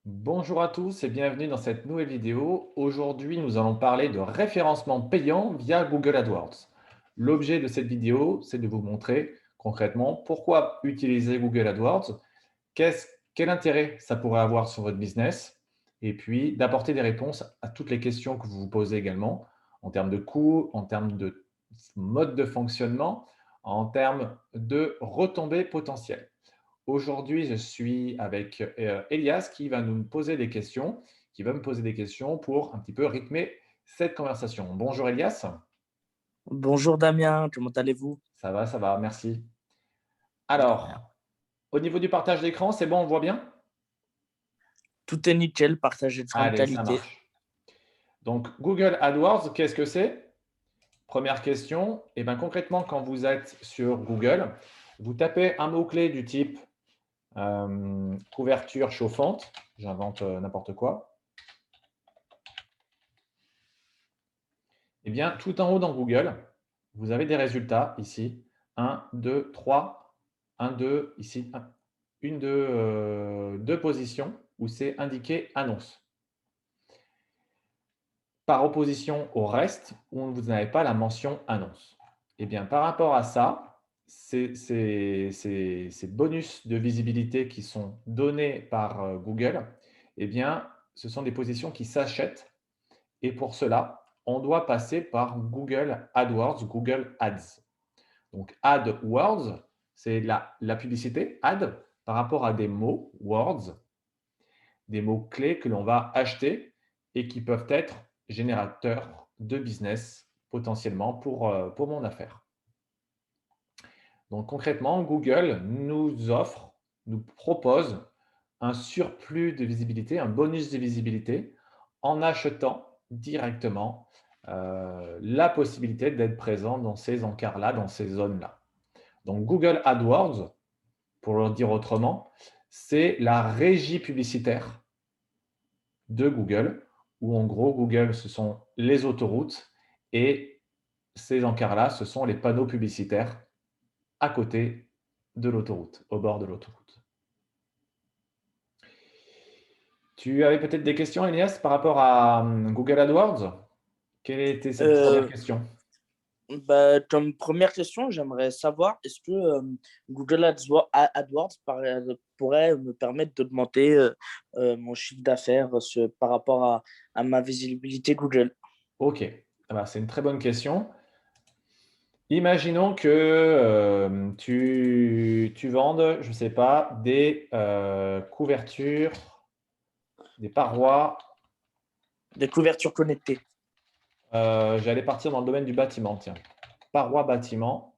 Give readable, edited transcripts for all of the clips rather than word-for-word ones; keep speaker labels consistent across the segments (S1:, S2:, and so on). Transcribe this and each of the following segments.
S1: Bonjour à tous et bienvenue dans cette nouvelle vidéo. Aujourd'hui, nous allons parler de référencement payant via Google AdWords. L'objet de cette vidéo, c'est de vous montrer concrètement pourquoi utiliser Google AdWords, quel intérêt ça pourrait avoir sur votre business, et puis d'apporter des réponses à toutes les questions que vous vous posez également, en termes de coûts, en termes de mode de fonctionnement, en termes de retombées potentielles. Aujourd'hui, je suis avec Elias qui va nous poser des questions, qui va me poser des questions pour un petit peu rythmer cette conversation. Bonjour Elias,
S2: Bonjour Damien, comment allez-vous?
S1: ça va, merci.
S2: De rien.
S1: Alors, au niveau du partage d'écran, c'est bon, on voit bien?
S2: Tout est nickel, partagé de grande
S1: Allez, ça
S2: qualité.
S1: marche. Donc, Google AdWords, qu'est-ce que c'est? Première question. Eh bien, concrètement, quand vous êtes sur Google, vous tapez un mot-clé du type couverture chauffante, j'invente n'importe quoi. Eh bien, tout en haut dans Google, vous avez des résultats ici. Un, 2, 3, un, 2, ici, une, deux positions où c'est indiqué annonce. Par opposition au reste, où vous n'avez pas la mention annonce. Eh bien, par rapport à ça, ces bonus de visibilité qui sont donnés par Google, eh bien, ce sont des positions qui s'achètent. Et pour cela, on doit passer par Google AdWords, Google Ads. Donc, AdWords, c'est la publicité, ad, par rapport à des mots, words, des mots-clés que l'on va acheter et qui peuvent être générateurs de business potentiellement pour mon affaire. Donc, concrètement, Google nous propose un surplus de visibilité, un bonus de visibilité en achetant directement la possibilité d'être présent dans ces encarts-là, dans ces zones-là. Donc, Google AdWords, pour le dire autrement, c'est la régie publicitaire de Google, où en gros, Google, ce sont les autoroutes et ces encarts-là, ce sont les panneaux publicitaires à côté de l'autoroute, au bord de l'autoroute. Tu avais peut-être des questions, Elias, par rapport à Google AdWords? Quelle était cette première
S2: Euh,
S1: question?
S2: Comme première question, j'aimerais savoir, est-ce que Google AdWords pourrait me permettre d'augmenter mon chiffre d'affaires par rapport à ma visibilité Google?
S1: Ok, ah bah, c'est une très bonne question. Imaginons que tu vendes, je ne sais pas, des couvertures, des parois.
S2: Des couvertures connectées.
S1: J'allais partir dans le domaine du bâtiment, tiens. Parois bâtiment.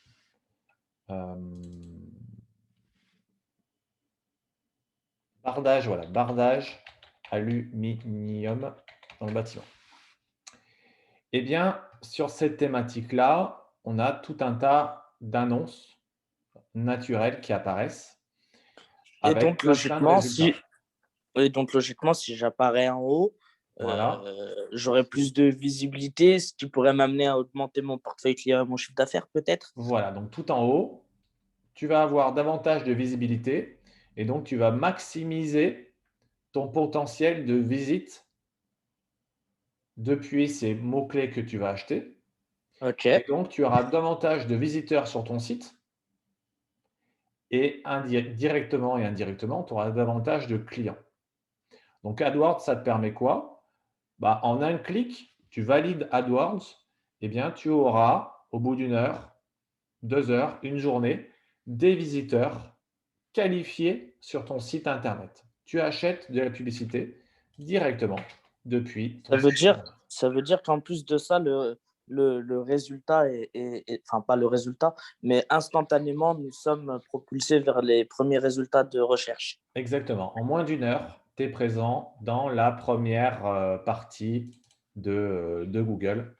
S1: Bardage, voilà, bardage aluminium dans le bâtiment. Eh bien, sur cette thématique-là, on a tout un tas d'annonces naturelles qui apparaissent
S2: Et
S1: avec
S2: donc,
S1: plein de
S2: logiquement,
S1: résultats.
S2: si, et donc, logiquement, si j'apparais en haut,
S1: Voilà.
S2: j'aurais plus de visibilité, ce qui pourrait m'amener à augmenter mon portefeuille client et mon chiffre d'affaires, peut-être.
S1: Voilà, donc tout en haut, tu vas avoir davantage de visibilité et donc tu vas maximiser ton potentiel de visite depuis ces mots-clés que tu vas acheter.
S2: Ok.
S1: Et donc, tu auras davantage de visiteurs sur ton site et directement et indirectement, tu auras davantage de clients. Donc, AdWords, ça te permet quoi? Bah, en un clic, tu valides AdWords, eh bien, tu auras au bout d'une heure, 2 heures, une journée, des visiteurs qualifiés sur ton site internet. Tu achètes de la publicité directement depuis ton
S2: Ça veut
S1: site
S2: dire,
S1: internet.
S2: ça veut dire qu'en plus de ça, le résultat enfin pas le résultat, mais instantanément, nous sommes propulsés vers les premiers résultats de recherche.
S1: Exactement. En moins d'une heure, tu es présent dans la première partie de Google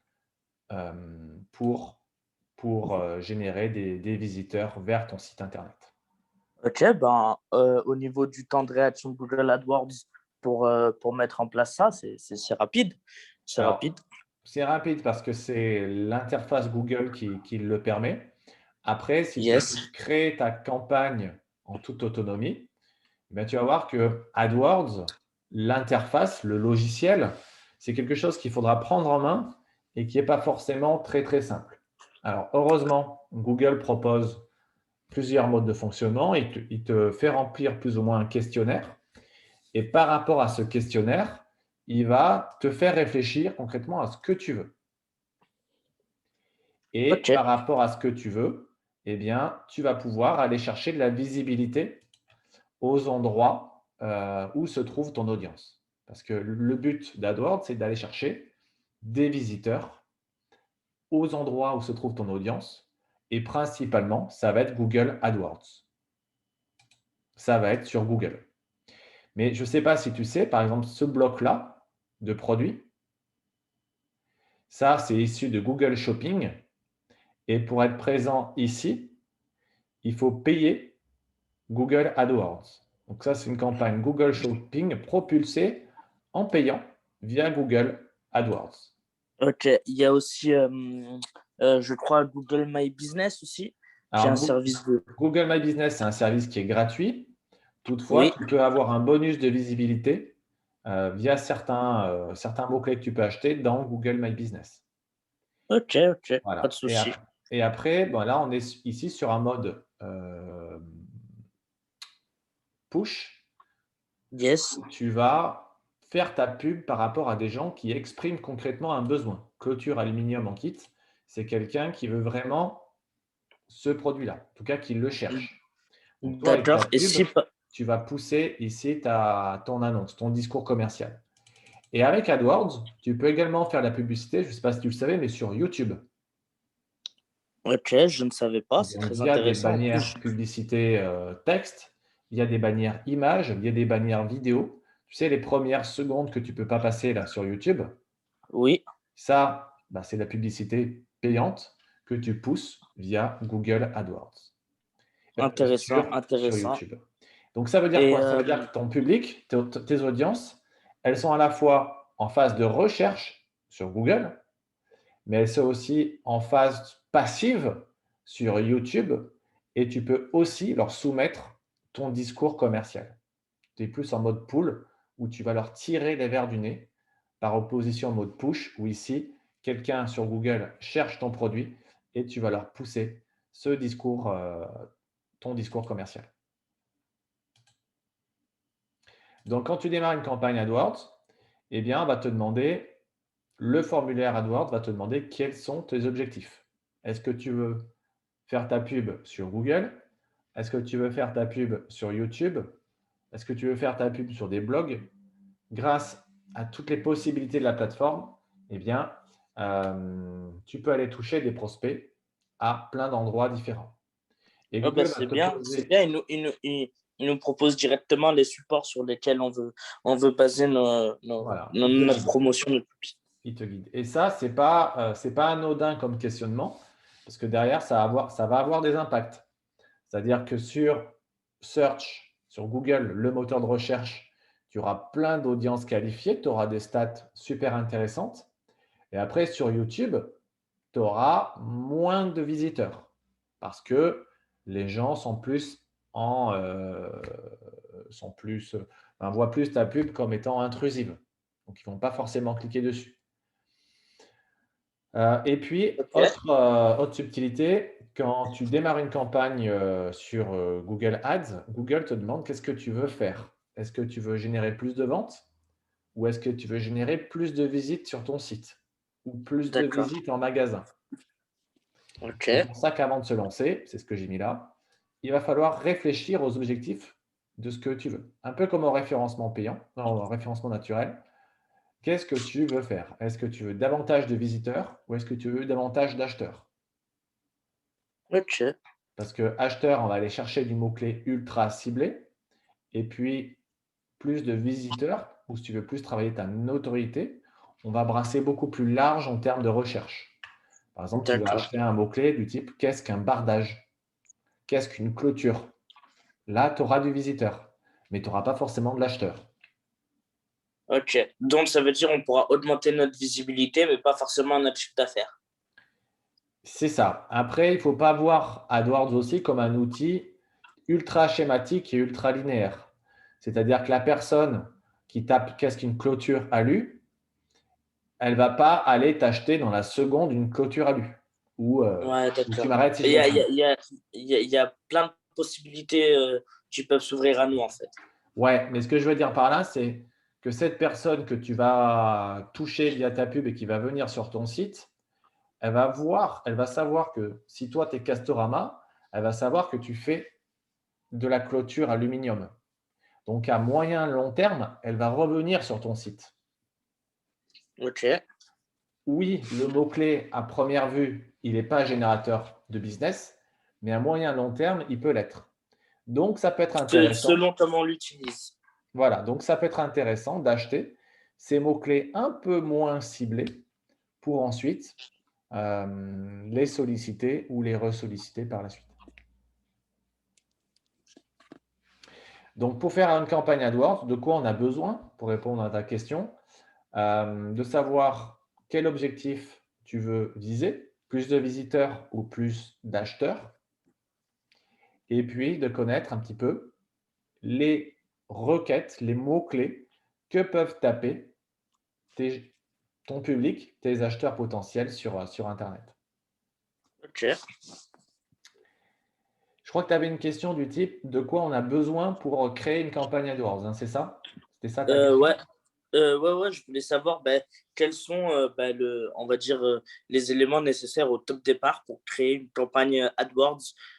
S1: pour générer des visiteurs vers ton site internet.
S2: Ok, au niveau du temps de réaction de Google AdWords pour mettre en place ça, c'est rapide. C'est rapide.
S1: Alors, c'est rapide parce que c'est l'interface Google qui le permet. Après, si tu
S2: Yes.
S1: veux créer ta campagne en toute autonomie, ben, tu vas voir que AdWords, l'interface, le logiciel, c'est quelque chose qu'il faudra prendre en main et qui n'est pas forcément très, très simple. Alors, heureusement, Google propose plusieurs modes de fonctionnement. Il te fait remplir plus ou moins un questionnaire. Et par rapport à ce questionnaire, il va te faire réfléchir concrètement à ce que tu veux. Et
S2: Ok,
S1: par rapport à ce que tu veux, eh bien, tu vas pouvoir aller chercher de la visibilité aux endroits où se trouve ton audience. Parce que le but d'AdWords, c'est d'aller chercher des visiteurs aux endroits où se trouve ton audience. Et principalement, ça va être Google AdWords. Ça va être sur Google. Mais je ne sais pas si tu sais, par exemple, ce bloc-là de produits, ça, c'est issu de Google Shopping. Et pour être présent ici, il faut payer Google AdWords. Donc ça, c'est une campagne Google Shopping propulsée en payant via Google AdWords.
S2: ok. Il y a aussi, je crois, Google My Business aussi, qui est un
S1: Alors,
S2: service de…
S1: Google My Business, c'est un service qui est gratuit. Toutefois,
S2: Oui,
S1: tu peux avoir un bonus de visibilité via certains mots-clés que tu peux acheter dans Google My Business.
S2: ok, ok, pas de
S1: Voilà.
S2: souci.
S1: Et après, bon, là, on est ici sur un mode push.
S2: Yes,
S1: Tu vas faire ta pub par rapport à des gens qui expriment concrètement un besoin. Clôture Aluminium en kit, c'est quelqu'un qui veut vraiment ce produit-là, en tout cas qui le cherche. Donc toi, avec ta
S2: d'accord. Et
S1: pub,
S2: si,
S1: tu vas pousser ici ton annonce, ton discours commercial. Et avec AdWords, tu peux également faire la publicité, je ne sais pas si tu le savais, mais sur YouTube.
S2: ok, je ne savais pas, c'est
S1: Donc,
S2: très
S1: via des
S2: intéressant. En
S1: bannières
S2: plus,
S1: publicité texte, via des bannières images, via des bannières vidéo. Tu sais, les premières secondes que tu ne peux pas passer là sur YouTube,
S2: oui,
S1: ça, bah, c'est la publicité payante que tu pousses via Google AdWords
S2: intéressant,
S1: sur
S2: intéressant.
S1: YouTube. Donc, ça veut dire
S2: Et
S1: quoi? Ça veut dire que ton public, tes audiences, elles sont à la fois en phase de recherche sur Google, mais elles sont aussi en phase passive sur YouTube et tu peux aussi leur soumettre ton discours commercial. Tu es plus en mode pull où tu vas leur tirer les verres du nez par opposition au mode push où ici, quelqu'un sur Google cherche ton produit et tu vas leur pousser ce discours, ton discours commercial. Donc, quand tu démarres une campagne AdWords, eh bien, on va te demander, le formulaire AdWords va te demander quels sont tes objectifs. Est-ce que tu veux faire ta pub sur Google? Est-ce que tu veux faire ta pub sur YouTube? Est-ce que tu veux faire ta pub sur des blogs? Grâce à toutes les possibilités de la plateforme, eh bien, tu peux aller toucher des prospects à plein d'endroits différents. Et
S2: oh, bah,
S1: Google va te
S2: c'est
S1: proposer…
S2: bien. Il nous propose directement les supports sur lesquels on veut baser
S1: Voilà, il te
S2: notre
S1: guide.
S2: promotion, notre publicité.
S1: Il te guide. Et ça, c'est pas anodin comme questionnement, parce que derrière, ça va avoir des impacts. C'est-à-dire que sur Search, sur Google, le moteur de recherche, tu auras plein d'audiences qualifiées, tu auras des stats super intéressantes. Et après, sur YouTube, tu auras moins de visiteurs parce que les gens sont plus en, sont plus, voient plus ta pub comme étant intrusive. Donc, ils ne vont pas forcément cliquer dessus. Et puis,
S2: Ok,
S1: autre subtilité, quand tu démarres une campagne sur Google Ads, Google te demande qu'est-ce que tu veux faire. Est-ce que tu veux générer plus de ventes ou est-ce que tu veux générer plus de visites sur ton site ou plus de
S2: d'accord.
S1: visites en magasin?
S2: Ok,
S1: C'est pour ça qu'avant de se lancer, c'est ce que j'ai mis là, il va falloir réfléchir aux objectifs de ce que tu veux. Un peu comme au référencement payant, au référencement naturel. Qu'est-ce que tu veux faire? Est-ce que tu veux davantage de visiteurs ou est-ce que tu veux davantage d'acheteurs?
S2: ok,
S1: Parce que acheteur, on va aller chercher du mot-clé ultra ciblé. Et puis, plus de visiteurs, ou si tu veux plus travailler ta notoriété, on va brasser beaucoup plus large en termes de recherche. Par exemple, tu vas
S2: d'accord.
S1: acheter un mot-clé du type qu'est-ce qu'un bardage? Qu'est-ce qu'une clôture? Là, tu auras du visiteur, mais tu n'auras pas forcément de l'acheteur.
S2: Ok. Donc, ça veut dire qu'on pourra augmenter notre visibilité, mais pas forcément notre chiffre d'affaires.
S1: C'est ça. Après, il ne faut pas voir AdWords aussi comme un outil ultra schématique et ultra linéaire. C'est-à-dire que la personne qui tape qu'est-ce qu'une clôture alu, elle ne va pas aller t'acheter dans la seconde une clôture alu.
S2: Ouais,
S1: Ou tu
S2: d'accord.
S1: m'arrêtes si
S2: Il
S1: je
S2: y
S1: me
S2: a, il y
S1: trompe.
S2: a, il y a, il y a plein de possibilités qui peuvent s'ouvrir à nous, en fait.
S1: Ouais, mais ce que je veux dire par là, c'est que cette personne que tu vas toucher via ta pub et qui va venir sur ton site, elle va savoir que si toi, tu es Castorama, elle va savoir que tu fais de la clôture aluminium. Donc, à moyen long terme, elle va revenir sur ton site.
S2: Ok.
S1: Oui, le mot-clé, à première vue, il n'est pas générateur de business, mais à moyen long terme, il peut l'être. Donc, ça peut être intéressant.
S2: Selon comment on l'utilise.
S1: Voilà, donc ça peut être intéressant d'acheter ces mots-clés un peu moins ciblés pour ensuite les solliciter ou les ressolliciter par la suite. Donc, pour faire une campagne AdWords, de quoi on a besoin pour répondre à ta question? De savoir quel objectif tu veux viser, plus de visiteurs ou plus d'acheteurs, et puis de connaître un petit peu les requêtes, les mots-clés que peuvent taper ton public, tes acheteurs potentiels sur Internet.
S2: Ok.
S1: Je crois que tu avais une question du type de quoi on a besoin pour créer une campagne AdWords, hein, c'est ça? C'était ça ta question?
S2: Ouais. Ouais, je voulais savoir quels sont, on va dire, les éléments nécessaires au top départ pour créer une campagne AdWords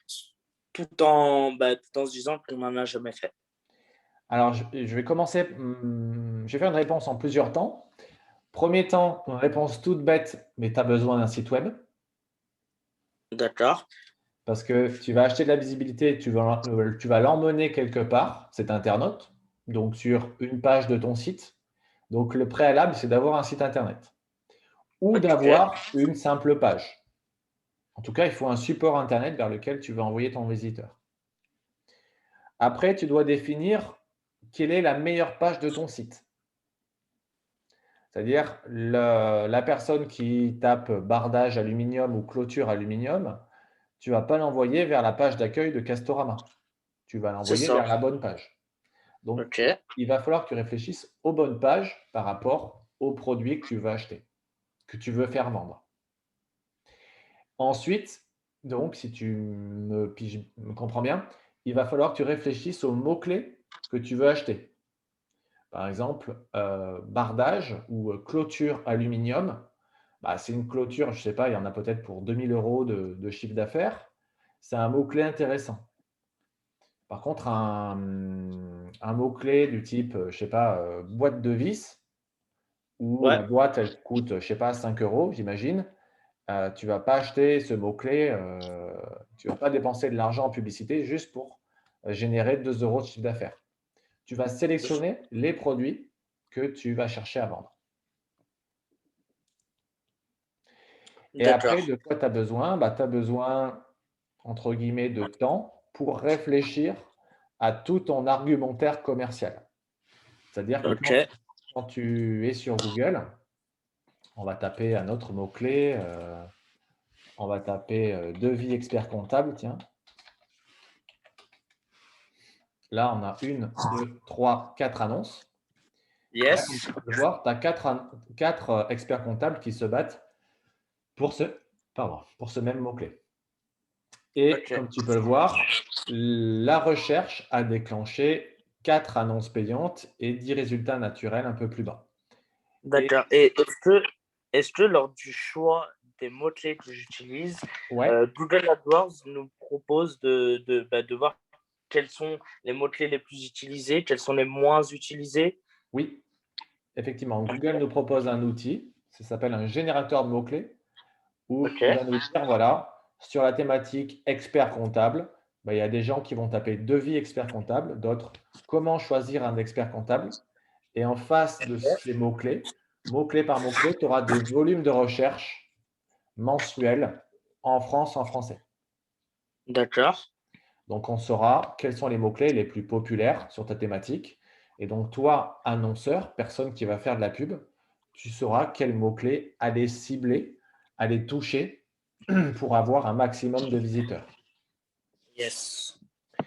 S2: tout en se disant qu'on n'en a jamais fait.
S1: Alors, je vais commencer, je vais faire une réponse en plusieurs temps. Premier temps, une réponse toute bête, mais tu as besoin d'un site web
S2: D'accord.
S1: parce que tu vas acheter de la visibilité, tu vas l'emmener quelque part, cet internaute, donc sur une page de ton site. Donc, le préalable, c'est d'avoir un site internet ou
S2: Ok.
S1: d'avoir une simple page. En tout cas, il faut un support internet vers lequel tu vas envoyer ton visiteur. Après, tu dois définir quelle est la meilleure page de ton site. C'est-à-dire la personne qui tape bardage aluminium ou clôture aluminium, tu ne vas pas l'envoyer vers la page d'accueil de Castorama. Tu vas
S2: C'est
S1: l'envoyer
S2: ça.
S1: vers la bonne page. Donc,
S2: Ok.
S1: il va falloir que tu réfléchisses aux bonnes pages par rapport aux produits que tu veux acheter, que tu veux faire vendre. Ensuite, donc, si tu me comprends bien, il va falloir que tu réfléchisses aux mots-clés que tu veux acheter. Par exemple, bardage ou clôture aluminium, bah, c'est une clôture, je ne sais pas, il y en a peut-être pour 2 000 € de chiffre d'affaires. C'est un mot-clé intéressant. Par contre, un mot-clé du type, je ne sais pas, boîte de vis, où
S2: Ouais.
S1: la boîte, elle coûte, je ne sais pas, 5 €, j'imagine. Tu ne vas pas acheter ce mot-clé, tu ne vas pas dépenser de l'argent en publicité juste pour générer 2 € de chiffre d'affaires. Tu vas sélectionner les produits que tu vas chercher à vendre. Et après,
S2: D'accord.
S1: de quoi tu as besoin? Bah, tu as besoin, entre guillemets, de temps pour réfléchir à tout ton argumentaire commercial. C'est-à-dire que
S2: Ok.
S1: quand tu es sur Google, on va taper un autre mot-clé, on va taper devis expert comptable, tiens. Là, on a une, deux, trois, quatre annonces. Là, comme
S2: Yes.
S1: tu peux le voir, tu as quatre experts comptables qui se battent pour pour ce même mot-clé. Et
S2: Ok.
S1: comme tu peux le voir, la recherche a déclenché 4 annonces payantes et 10 résultats naturels un peu plus bas. Et
S2: D'accord. Et est-ce que lors du choix des mots-clés que j'utilise,
S1: ouais,
S2: Google AdWords nous propose de voir quels sont les mots-clés les plus utilisés, quels sont les moins utilisés?
S1: oui, effectivement, Google nous propose un outil, ça s'appelle un générateur de mots-clés, où
S2: Ok.
S1: il va nous dire, voilà, sur la thématique expert comptable, bah, il y a des gens qui vont taper devis expert comptable, d'autres comment choisir un expert comptable. Et en face de ces mots-clés, mot-clé par mot-clé, tu auras des volumes de recherche mensuels en France en français.
S2: D'accord.
S1: Donc, on saura quels sont les mots-clés les plus populaires sur ta thématique. Et donc, toi, annonceur, personne qui va faire de la pub, tu sauras quels mots-clés aller cibler, aller toucher pour avoir un maximum de visiteurs.
S2: Yes.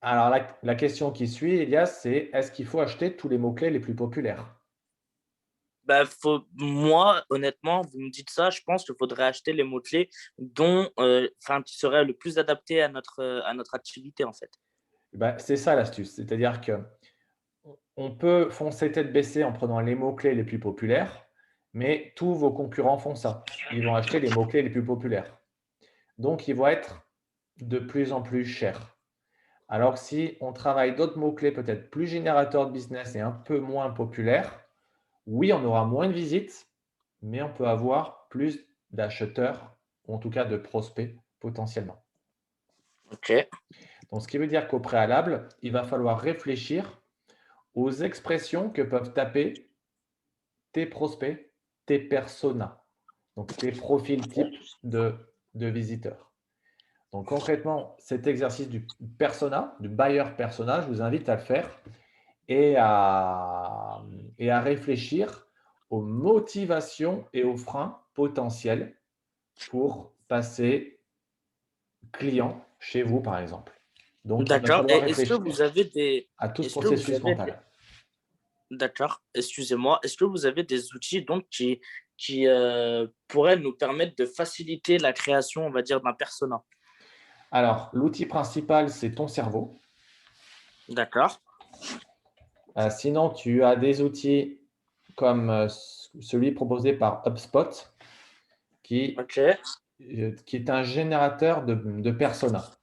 S1: Alors la question qui suit, Elias, c'est est-ce qu'il faut acheter tous les mots-clés les plus populaires?
S2: Bah, moi, honnêtement, vous me dites ça, je pense qu'il faudrait acheter les mots-clés qui seraient le plus adaptés à notre activité, en fait.
S1: Bah, c'est ça l'astuce, c'est-à-dire que on peut foncer tête baissée en prenant les mots-clés les plus populaires, mais tous vos concurrents font ça. Ils vont acheter les mots-clés les plus populaires. Donc, ils vont être de plus en plus chers. Alors que si on travaille d'autres mots-clés peut-être plus générateurs de business et un peu moins populaires, oui, on aura moins de visites, mais on peut avoir plus d'acheteurs, ou en tout cas de prospects potentiellement.
S2: OK.
S1: Donc, ce qui veut dire qu'au préalable, il va falloir réfléchir aux expressions que peuvent taper tes prospects, tes personas, donc tes profils types de visiteurs. Donc concrètement, cet exercice du persona, du buyer persona, je vous invite à le faire et à, et à réfléchir aux motivations et aux freins potentiels pour passer client chez vous, par exemple. Donc, il va
S2: D'accord.
S1: falloir
S2: Et est-ce que
S1: réfléchir
S2: vous avez des
S1: à tout ce
S2: est-ce que vous
S1: processus
S2: avez des
S1: mental.
S2: d'accord, excusez-moi. Est-ce que vous avez des outils donc qui pourraient nous permettre de faciliter la création, on va dire, d'un persona?
S1: Alors, l'outil principal, c'est ton cerveau.
S2: D'accord.
S1: Sinon, tu as des outils comme celui proposé par HubSpot qui,
S2: OK.
S1: qui est un générateur de personas.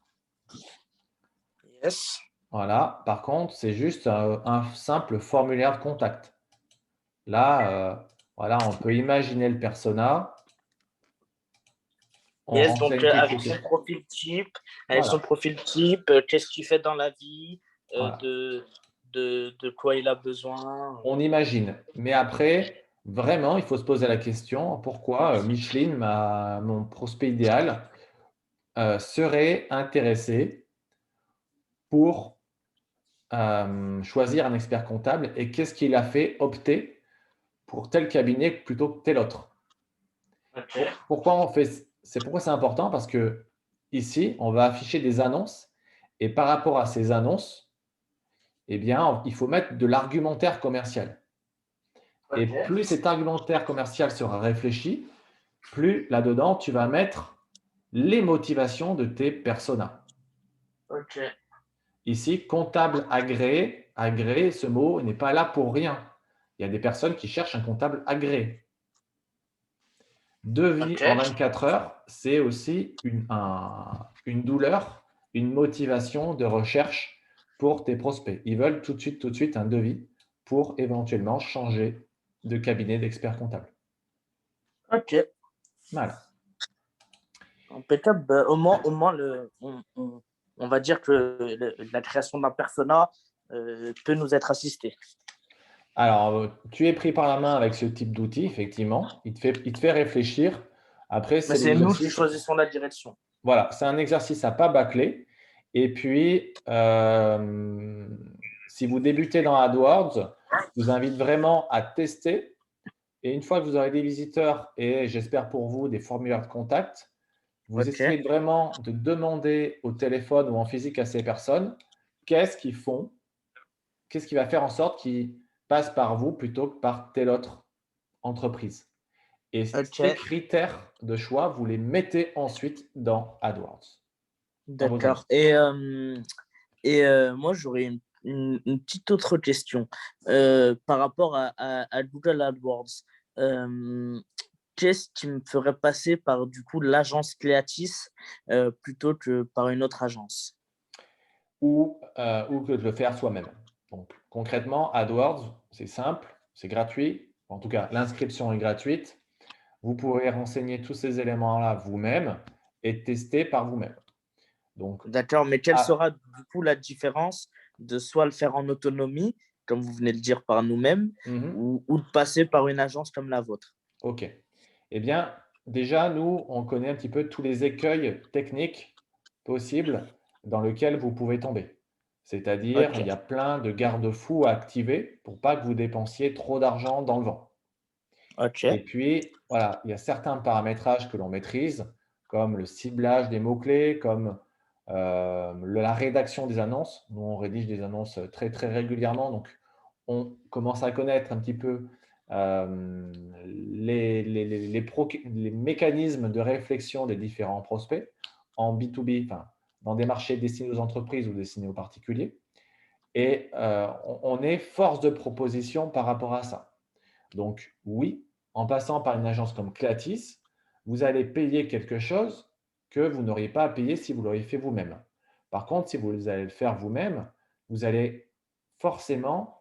S2: Yes.
S1: Voilà. Par contre, c'est juste un simple formulaire de contact. Là, voilà, on peut imaginer le persona, on
S2: Yes, donc
S1: renseigne quelques questions.
S2: avec son
S1: Voilà,
S2: profil type, qu'est-ce qu'il fait dans la vie,
S1: voilà.
S2: de quoi il a besoin.
S1: On imagine. Mais après, vraiment, il faut se poser la question, pourquoi Micheline, mon prospect idéal, serait intéressé pour choisir un expert comptable et qu'est-ce qui l'a fait opter pour tel cabinet plutôt que tel autre?
S2: OK.
S1: Pourquoi on fait c'est pourquoi c'est important? Parce que ici, on va afficher des annonces et par rapport à ces annonces, eh bien, il faut mettre de l'argumentaire commercial et
S2: OK.
S1: plus cet argumentaire commercial sera réfléchi, plus là-dedans, tu vas mettre les motivations de tes personas.
S2: OK.
S1: Ici, comptable agréé, agréé, ce mot n'est pas là pour rien. Il y a des personnes qui cherchent un comptable agréé. Devis en
S2: OK.
S1: 24 heures, c'est aussi une douleur, une motivation de recherche pour tes prospects. Ils veulent tout de suite un devis pour éventuellement changer de cabinet d'expert comptable.
S2: OK.
S1: Voilà.
S2: Impeccable. Bah, au moins on va dire que la création d'un persona peut nous être assistée.
S1: Alors, tu es pris par la main avec ce type d'outil, effectivement. Il te fait réfléchir. Après,
S2: Mais
S1: c'est
S2: c'est nous qui
S1: l'exercice.
S2: choisissons la direction.
S1: Voilà, c'est un exercice à pas bâcler. Et puis, si vous débutez dans AdWords, je vous invite vraiment à tester. Et une fois que vous aurez des visiteurs et j'espère pour vous des formulaires de contact, vous
S2: OK.
S1: essayez vraiment de demander au téléphone ou en physique à ces personnes qu'est-ce qu'ils font, qu'est-ce qui va faire en sorte qu'ils passent par vous plutôt que par telle autre entreprise. Et ces
S2: OK.
S1: critères de choix, vous les mettez ensuite dans AdWords, dans vos
S2: D'accord.
S1: annonces.
S2: Et moi, j'aurais une petite autre question par rapport à Google AdWords. Euh, Qu'est-ce qui me ferait passer par du coup l'agence Cleatis plutôt que par une autre agence?
S1: Ou que de le faire soi-même. Donc concrètement, AdWords, c'est simple, c'est gratuit. En tout cas, l'inscription est gratuite. Vous pourrez renseigner tous ces éléments-là vous-même et tester par vous-même. Donc,
S2: D'accord, mais quelle
S1: ah,
S2: sera du coup la différence de soit le faire en autonomie, comme vous venez de dire par nous-mêmes,
S1: mhm,
S2: ou de passer par une agence comme la vôtre?
S1: OK. Eh bien, déjà, nous, on connaît un petit peu tous les écueils techniques possibles dans lesquels vous pouvez tomber. C'est-à-dire,
S2: Ok,
S1: il y a plein de garde-fous à activer pour pas que vous dépensiez trop d'argent dans le vent.
S2: ok,
S1: Et puis, voilà, il y a certains paramétrages que l'on maîtrise, comme le ciblage des mots-clés, comme la rédaction des annonces. Nous, on rédige des annonces très, très régulièrement, donc on commence à connaître un petit peu les mécanismes de réflexion des différents prospects en B2B, enfin, dans des marchés destinés aux entreprises ou destinés aux particuliers. Et on est force de proposition par rapport à ça. Donc oui, en passant par une agence comme Clatis, vous allez payer quelque chose que vous n'auriez pas à payer si vous l'auriez fait vous-même. Par contre, si vous allez le faire vous-même, vous allez forcément,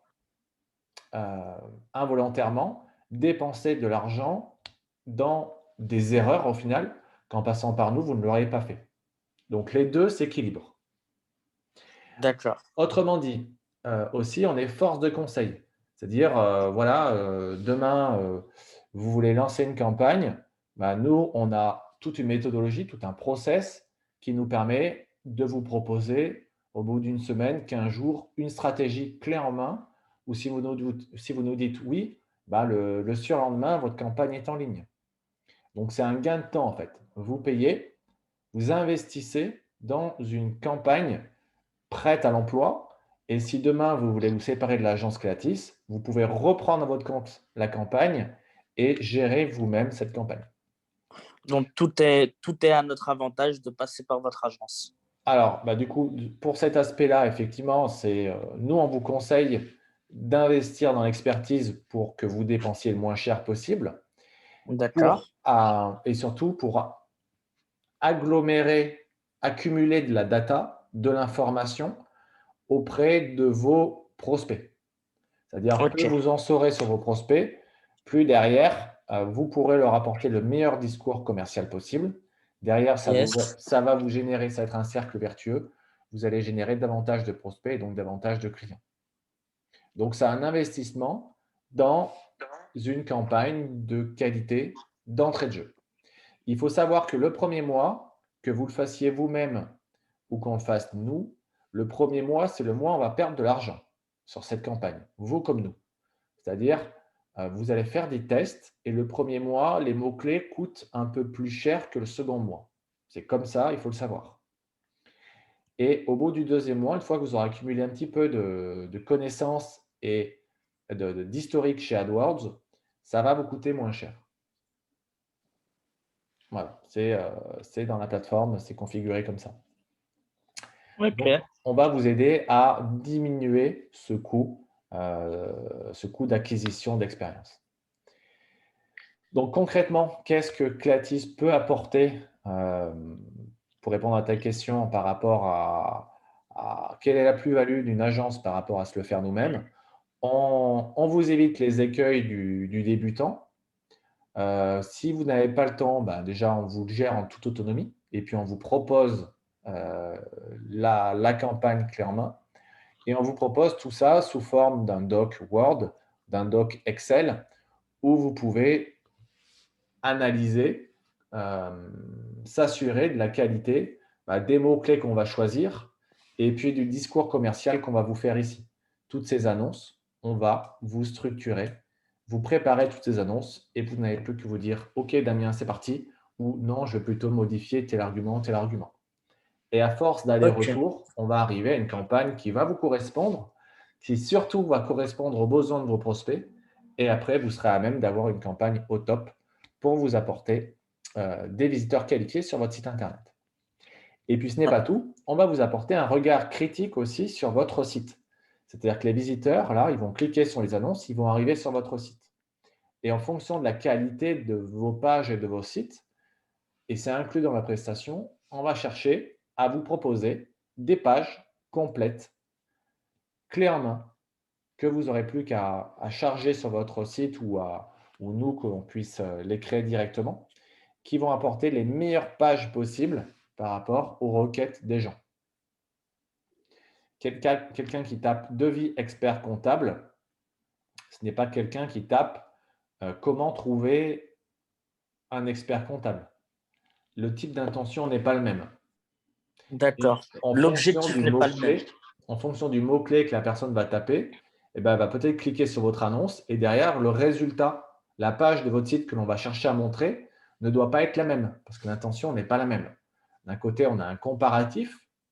S1: involontairement, dépenser de l'argent dans des erreurs au final, qu'en passant par nous, vous ne l'auriez pas fait. Donc les 2 s'équilibrent.
S2: D'accord.
S1: Autrement dit, aussi, on est force de conseil. C'est-à-dire, voilà, demain, vous voulez lancer une campagne, bah, nous, on a toute une méthodologie, tout un process qui nous permet de vous proposer, au bout d'une semaine, 15 jours, une stratégie clé en main ou si vous nous dites oui, bah, le surlendemain, votre campagne est en ligne. Donc c'est un gain de temps, en fait. Vous payez, vous investissez dans une campagne prête à l'emploi. Et si demain, vous voulez vous séparer de l'agence Creatis, vous pouvez reprendre à votre compte la campagne et gérer vous-même cette campagne.
S2: Donc, tout est à notre avantage de passer par votre agence.
S1: Alors, bah, du coup, pour cet aspect-là, effectivement, nous, on vous conseille d'investir dans l'expertise pour que vous dépensiez le moins cher possible
S2: D'accord.
S1: et surtout pour agglomérer, accumuler de la data, de l'information auprès de vos prospects. C'est-à-dire, plus
S2: Ok.
S1: vous en saurez sur vos prospects, plus derrière, vous pourrez leur apporter le meilleur discours commercial possible. Derrière,
S2: Yes.
S1: ça va vous générer, ça va être un cercle vertueux. Vous allez générer davantage de prospects et donc davantage de clients. Donc, c'est un investissement dans une campagne de qualité d'entrée de jeu. Il faut savoir que le premier mois, que vous le fassiez vous-même ou qu'on le fasse nous, le premier mois, c'est le mois où on va perdre de l'argent sur cette campagne, vous comme nous. C'est-à-dire, vous allez faire des tests et le premier mois, les mots-clés coûtent un peu plus cher que le second mois. C'est comme ça, il faut le savoir. Et au bout du deuxième mois, une fois que vous aurez accumulé un petit peu de connaissances et d'historique chez AdWords, ça va vous coûter moins cher. Voilà, c'est dans la plateforme, c'est configuré comme ça. Donc,
S2: Ok.
S1: on va vous aider à diminuer ce coût d'acquisition d'expérience. Donc concrètement, qu'est-ce que Clatis peut apporter pour répondre à ta question par rapport à quelle est la plus-value d'une agence par rapport à se le faire nous-mêmes? On vous évite les écueils du débutant. Si vous n'avez pas le temps, ben déjà, on vous le gère en toute autonomie et puis on vous propose la campagne clé en main et on vous propose tout ça sous forme d'un doc Word, d'un doc Excel où vous pouvez analyser, s'assurer de la qualité des mots-clés qu'on va choisir et puis du discours commercial qu'on va vous faire ici. Toutes ces annonces, on va vous structurer, vous préparer toutes ces annonces et vous n'avez plus que vous dire « Ok Damien, c'est parti » ou « Non, je vais plutôt modifier tel argument, tel argument ». Et à force
S2: Ok.
S1: d'aller-retour, on va arriver à une campagne qui va vous correspondre, qui surtout va correspondre aux besoins de vos prospects. Et après, vous serez à même d'avoir une campagne au top pour vous apporter des visiteurs qualifiés sur votre site Internet. Et puis, ce n'est pas tout. On va vous apporter un regard critique aussi sur votre site. C'est-à-dire que les visiteurs, là, ils vont cliquer sur les annonces, ils vont arriver sur votre site. Et en fonction de la qualité de vos pages et de vos sites, et c'est inclus dans la prestation, on va chercher à vous proposer des pages complètes, clés en main, que vous n'aurez plus qu'à charger sur votre site ou nous, qu'on puisse les créer directement, qui vont apporter les meilleures pages possibles par rapport aux requêtes des gens. Quelqu'un qui tape devis expert comptable, ce n'est pas quelqu'un qui tape comment trouver un expert comptable. Le type d'intention n'est pas le même. Et
S2: D'accord.
S1: en fonction
S2: L'objectif
S1: du
S2: n'est pas le même.
S1: mot-clé, que la personne va taper, eh ben, elle va peut-être cliquer sur votre annonce et derrière, le résultat, la page de votre site que l'on va chercher à montrer ne doit pas être la même parce que l'intention n'est pas la même. D'un côté, on a un comparatif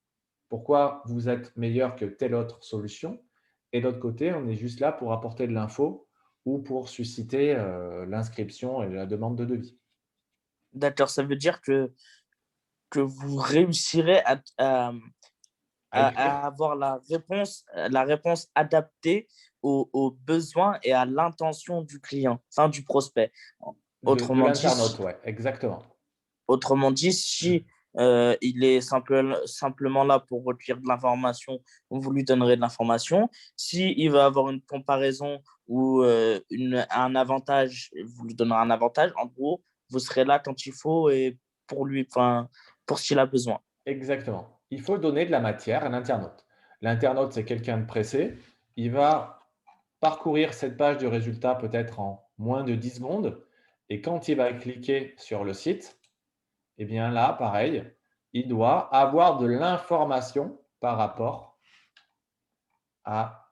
S1: pourquoi vous êtes meilleur que telle autre solution. Et de l'autre côté, on est juste là pour apporter de l'info ou pour susciter l'inscription et la demande de devis.
S2: D'accord, ça veut dire que vous réussirez
S1: À écrire.
S2: à avoir la réponse adaptée aux besoins et à l'intention du client, enfin du prospect.
S1: De
S2: Autrement dit,
S1: l'internaute, ouais, exactement.
S2: autrement dit, si il est simplement là pour recueillir de l'information, vous lui donnerez de l'information. Si il va avoir une comparaison ou un avantage, vous lui donnerez un avantage. En gros, vous serez là quand il faut et pour lui, enfin, pour ce qu'il a besoin.
S1: Exactement. Il faut donner de la matière à l'internaute. L'internaute, c'est quelqu'un de pressé. Il va parcourir cette page de résultat peut-être en moins de 10 secondes. Et quand il va cliquer sur le site, eh bien là, pareil, il doit avoir de l'information par rapport à,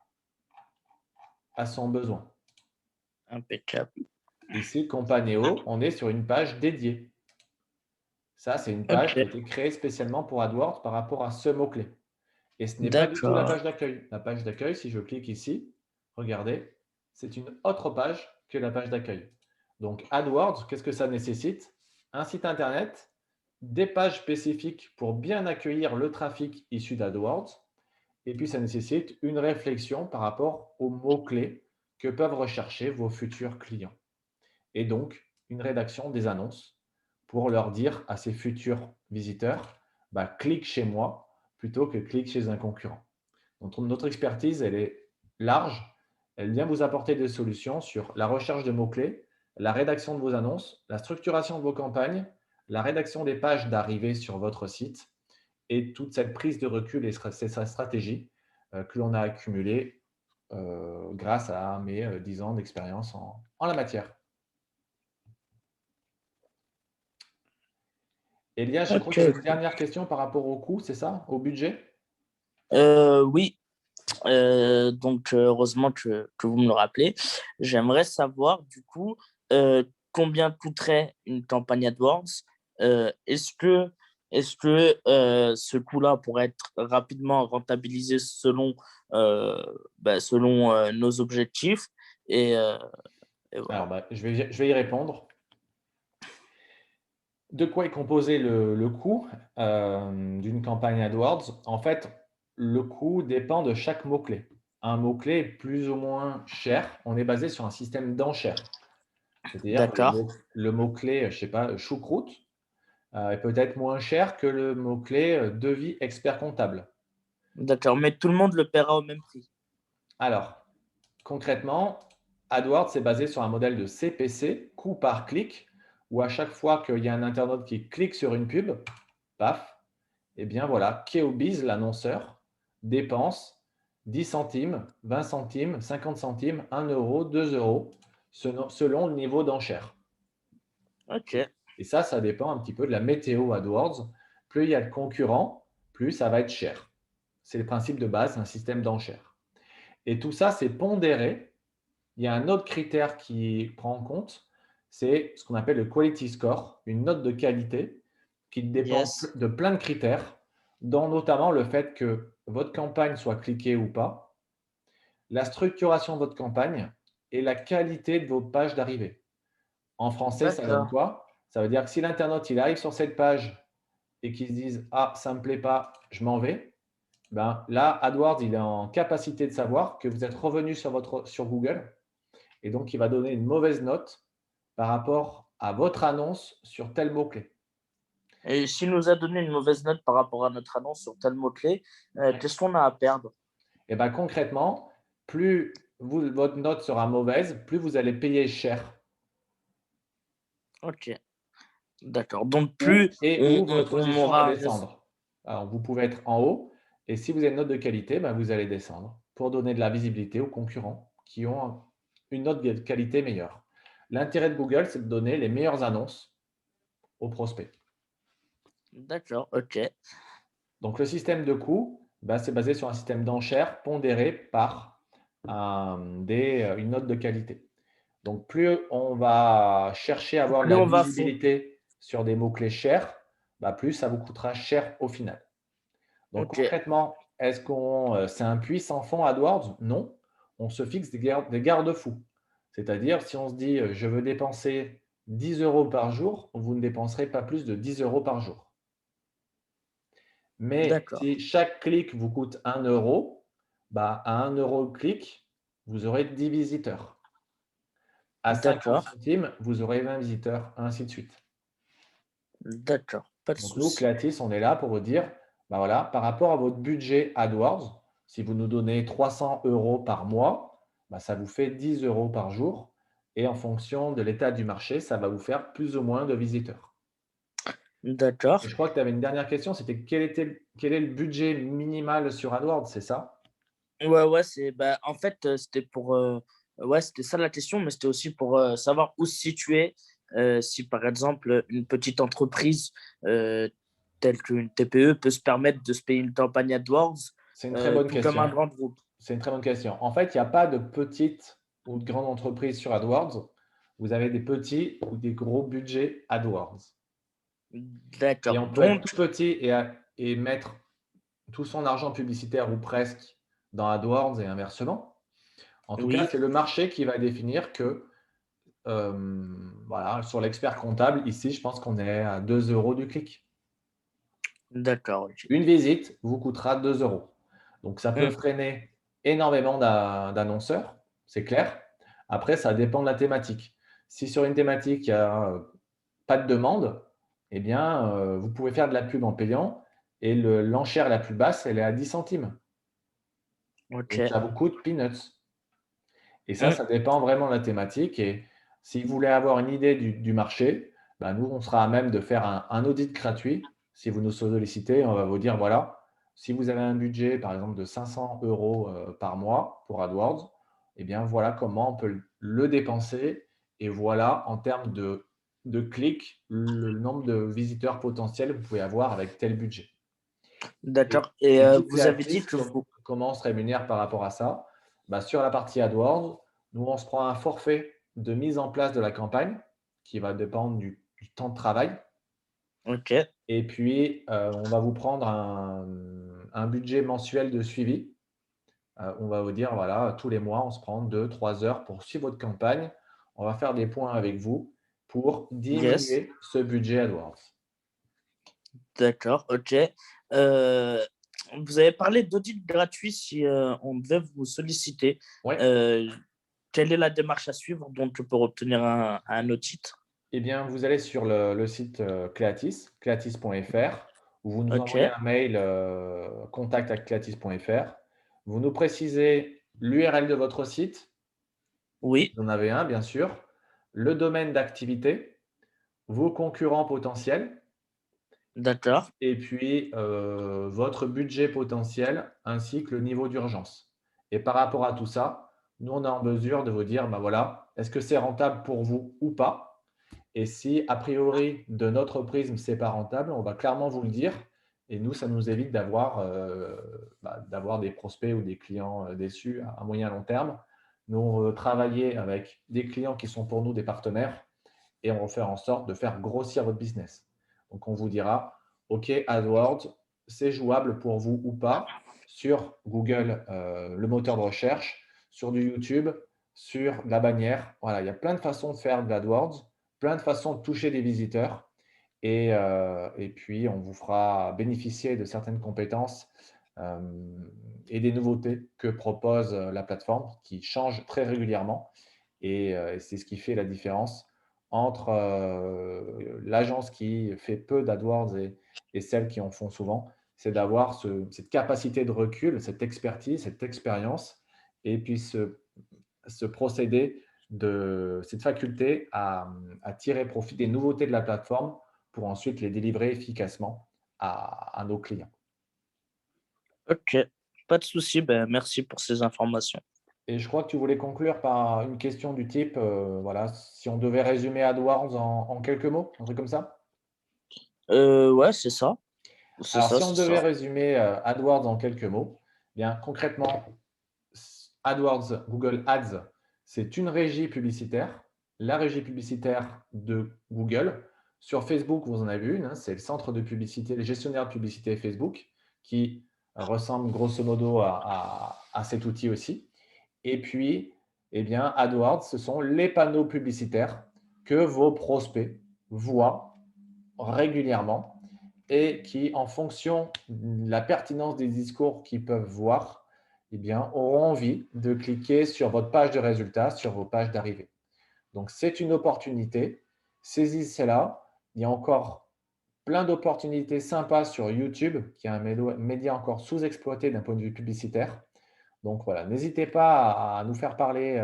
S1: à son besoin.
S2: Impeccable.
S1: Ici, Companeo, on est sur une page dédiée. Ça, c'est une page qui a
S2: Ok,
S1: été créée spécialement pour AdWords par rapport à ce mot-clé. Et ce n'est pas du tout la
S2: d'accord.
S1: page d'accueil. La page d'accueil, si je clique ici, regardez, c'est une autre page que la page d'accueil. Donc AdWords, qu'est-ce que ça nécessite? Un site internet, des pages spécifiques pour bien accueillir le trafic issu d'AdWords, et puis ça nécessite une réflexion par rapport aux mots-clés que peuvent rechercher vos futurs clients. Et donc, une rédaction des annonces pour leur dire à ces futurs visiteurs, bah, clique chez moi plutôt que clique chez un concurrent. Donc, notre expertise, elle est large. Elle vient vous apporter des solutions sur la recherche de mots-clés, la rédaction de vos annonces, la structuration de vos campagnes, la rédaction des pages d'arrivée sur votre site et toute cette prise de recul et cette stratégie que l'on a accumulée grâce à mes 10 ans d'expérience en la matière. Elia, je crois
S2: Ok,
S1: qu'il y avait une
S2: ok.
S1: dernière question par rapport au coût, c'est ça? Au budget?
S2: Oui, donc heureusement que vous me le rappelez. J'aimerais savoir du coup combien coûterait une campagne AdWords. Est-ce que ce coût-là pourrait être rapidement rentabilisé selon nos objectifs et, euh, et voilà.
S1: Alors, bah, je vais y répondre. De quoi est composé le coût d'une campagne AdWords? En fait, le coût dépend de chaque mot-clé. Un mot-clé est plus ou moins cher. On est basé sur un système d'enchères. C'est-à-dire que
S2: D'accord,
S1: le mot-clé, je sais pas, choucroute, est peut-être moins cher que le mot-clé devis expert comptable.
S2: d'accord, mais tout le monde le paiera au même prix.
S1: Alors, concrètement, AdWords est basé sur un modèle de CPC, coût par clic, où à chaque fois qu'il y a un internaute qui clique sur une pub, paf, eh bien voilà, Keobiz, l'annonceur, dépense 10 centimes, 20 centimes, 50 centimes, 1 euro, 2 euros, selon le niveau d'enchère.
S2: Ok,
S1: Et ça dépend un petit peu de la météo AdWords. Plus il y a de concurrents, plus ça va être cher. C'est le principe de base d'un système d'enchères. Et tout ça, c'est pondéré. Il y a un autre critère qui prend en compte, c'est ce qu'on appelle le quality score, une note de qualité qui dépend
S2: yes.
S1: de plein de critères, dont notamment le fait que votre campagne soit cliquée ou pas, la structuration de votre campagne et la qualité de vos pages d'arrivée. En français, ça donne
S2: D'accord.
S1: quoi? Ça veut dire que si l'internaute il arrive sur cette page et qu'il se dise ah ça me plaît pas, je m'en vais, ben là AdWords il est en capacité de savoir que vous êtes revenu sur Google et donc il va donner une mauvaise note par rapport à votre annonce sur tel mot-clé.
S2: Et s'il nous a donné une mauvaise note par rapport à notre annonce sur tel mot-clé,
S1: Ouais.
S2: qu'est-ce qu'on a à perdre?
S1: Et ben concrètement, plus votre note sera mauvaise, plus vous allez payer cher
S2: Ok, d'accord. Donc,
S1: ou,
S2: plus
S1: et ou votre
S2: on
S1: position va
S2: aura...
S1: descendre. Alors vous pouvez être en haut et si vous avez une note de qualité, ben, vous allez descendre pour donner de la visibilité aux concurrents qui ont une note de qualité meilleure. L'intérêt de Google, c'est de donner les meilleures annonces aux prospects.
S2: D'accord, ok.
S1: Donc le système de coût, ben, c'est basé sur un système d'enchères pondéré par une note de qualité. Donc plus on va chercher à avoir de
S2: Plus
S1: la
S2: on va faire...
S1: visibilité sur des mots-clés chers, ben, plus ça vous coûtera cher au final. Donc
S2: Ok,
S1: concrètement, est-ce qu'on, c'est un puits sans fond AdWords? Non. On se fixe des garde-fous. C'est-à-dire si on se dit, «Je veux dépenser 10 € par jour», vous ne dépenserez pas plus de 10 € par jour. Mais
S2: d'accord,
S1: si chaque clic vous coûte 1 €, bah, à 1 € le clic, vous aurez 10 visiteurs. À 50
S2: d'accord,
S1: centimes, vous aurez 20 visiteurs, ainsi de suite.
S2: d'accord, pas de
S1: Donc nous,
S2: souci.
S1: Creatis, on est là pour vous dire, bah, voilà, par rapport à votre budget AdWords, si vous nous donnez 300 € par mois, bah, ça vous fait 10 € par jour et en fonction de l'état du marché, ça va vous faire plus ou moins de visiteurs. Et
S2: D'accord.
S1: je crois que tu avais une dernière question, c'était quel est le budget minimal sur AdWords, c'est ça?
S2: Ouais, ouais, bah, en fait, c'était pour, ouais, c'était ça la question, mais c'était aussi pour, savoir où se situer, si par exemple, une petite entreprise, heu, telle qu'une TPE peut se permettre de se payer une campagne AdWords,
S1: C'est une très bonne
S2: tout comme un
S1: question.
S2: grand groupe.
S1: C'est une très bonne question. En fait, il y a pas de petites ou de grandes entreprises sur AdWords. Vous avez des petits ou des gros budgets AdWords. Et
S2: D'accord,
S1: on peut être tout
S2: donc
S1: petit et mettre tout son argent publicitaire ou presque dans AdWords et inversement. En tout cas,
S2: oui,
S1: c'est le marché qui va définir que, voilà, sur l'expert comptable, ici, je pense qu'on est à 2 € du clic.
S2: d'accord, OK.
S1: Une visite vous coûtera 2 €. Donc ça peut
S2: Mmh,
S1: freiner énormément d'annonceurs, c'est clair. Après, ça dépend de la thématique. Si sur une thématique, il y a, pas de demande, eh bien, vous pouvez faire de la pub en payant et l'enchère la plus basse, elle est à 10 centimes. Donc
S2: OK.
S1: ça vous coûte peanuts. Et
S2: Mmh,
S1: ça dépend vraiment de la thématique et si vous voulez avoir une idée du marché, bah, nous, on sera à même de faire un audit gratuit. Si vous nous sollicitez, on va vous dire: «Voilà, si vous avez un budget, par exemple, de 500 € par mois pour AdWords, eh bien, voilà comment on peut le dépenser et voilà, en termes de clics, le nombre de visiteurs potentiels que vous pouvez avoir avec tel budget».
S2: d'accord, et
S1: Et nous,
S2: vous avez
S1: Creatis,
S2: dit que vous
S1: comment on se rémunère par rapport à ça? Bah, sur la partie AdWords, nous, on se prend un forfait de mise en place de la campagne qui va dépendre du temps de travail
S2: OK,
S1: et puis, on va vous prendre un budget mensuel de suivi. On va vous dire, voilà, tous les mois, on se prend 2 3 heures pour suivre votre campagne. On va faire des points avec vous pour
S2: yes.
S1: diminuer ce budget AdWords.
S2: D'accord, OK. Heu, Vous avez parlé d'audit gratuit si, on devait vous solliciter.
S1: Ouais.
S2: Heu, Quelle est la démarche à suivre donc pour obtenir un audit?
S1: Eh bien, vous allez sur le site, Creatis, creatis.fr, où vous nous envoyez
S2: OK,
S1: un mail, contact@creatis.fr. Vous nous précisez l'URL de votre site,
S2: oui,
S1: vous en avez un bien sûr, le domaine d'activité, vos concurrents potentiels
S2: d'accord,
S1: et puis, votre budget potentiel ainsi que le niveau d'urgence. Et par rapport à tout ça, nous, on est en mesure de vous dire: «Bah, voilà, est-ce que c'est rentable pour vous ou pas?» Et si, a priori, de notre prisme, c'est pas rentable, on va clairement vous le dire et nous, ça nous évite d'avoir, bah, d'avoir des prospects ou des clients, déçus à moyen long terme. Nous, on veut travailler avec des clients qui sont pour nous des partenaires et on va faire en sorte de faire grossir votre business. Donc on vous dira: «OK, AdWords, c'est jouable pour vous ou pas?» sur Google, le moteur de recherche, sur du YouTube, sur la bannière. Voilà, il y a plein de façons de faire de l'AdWords, plein de façons de toucher des visiteurs et puis on vous fera bénéficier de certaines compétences, et des nouveautés que propose, la plateforme qui change très régulièrement et c'est ce qui fait la différence entre, l'agence qui fait peu d'AdWords et celles qui en font souvent. C'est d'avoir cette capacité de recul, cette expertise, cette expérience et puis ce procédé cette faculté à tirer profit des nouveautés de la plateforme pour ensuite les délivrer efficacement à nos clients.
S2: OK, pas de souci, ben, merci pour ces informations.
S1: Et je crois que tu voulais conclure par une question du type, voilà, si on devait résumer AdWords en quelques mots, un truc comme ça?
S2: Ouais, c'est ça, c'est
S1: Alors
S2: ça,
S1: si on
S2: c'est
S1: devait
S2: ça.
S1: résumer, AdWords en quelques mots, eh bien concrètement, AdWords, Google Ads, c'est une régie publicitaire, la régie publicitaire de Google. Sur Facebook, vous en avez une, hein, c'est le centre de publicité, le gestionnaire de publicité Facebook, qui ressemble grosso modo à cet outil aussi. Et puis, eh bien, AdWords, ce sont les panneaux publicitaires que vos prospects voient régulièrement et qui, en fonction de la pertinence des discours qu'ils peuvent voir, eh bien, auront envie de cliquer sur votre page de résultats, sur vos pages d'arrivée. Donc, c'est une opportunité. Saisissez-la. Il y a encore plein d'opportunités sympas sur YouTube, qui est un média encore sous-exploité d'un point de vue publicitaire. Donc voilà, n'hésitez pas à nous faire parler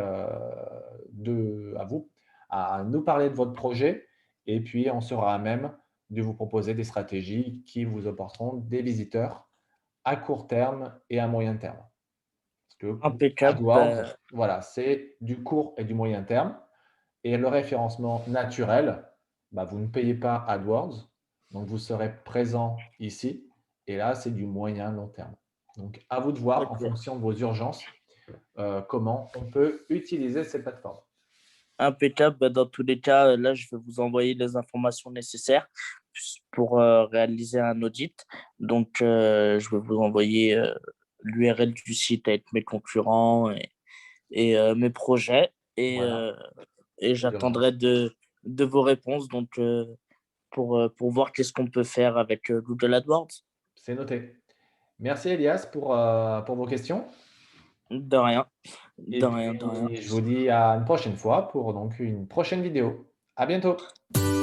S1: à vous, à nous parler de votre projet, et puis on sera à même de vous proposer des stratégies qui vous apporteront des visiteurs à court terme et à moyen terme. Parce que
S2: Impeccable.
S1: AdWords, voilà, c'est du court et du moyen terme. Et le référencement naturel, bah, vous ne payez pas AdWords, donc vous serez présent ici. Et là, c'est du moyen long terme. Donc, à vous de voir, en
S2: Ok.
S1: fonction de vos urgences, comment on peut utiliser ces plateformes.
S2: Impeccable. Dans tous les cas, là, je vais vous envoyer les informations nécessaires pour réaliser un audit. Donc, je vais vous envoyer l'URL du site avec mes concurrents et mes projets.
S1: Voilà,
S2: Et
S1: pas d'urgence.
S2: j'attendrai de vos réponses donc, pour voir qu'est-ce qu'on peut faire avec Google AdWords.
S1: C'est noté. Merci Elias pour vos questions.
S2: De rien,
S1: Et
S2: de rien, de rien.
S1: puis, je vous dis à une prochaine fois pour donc une prochaine vidéo. À bientôt.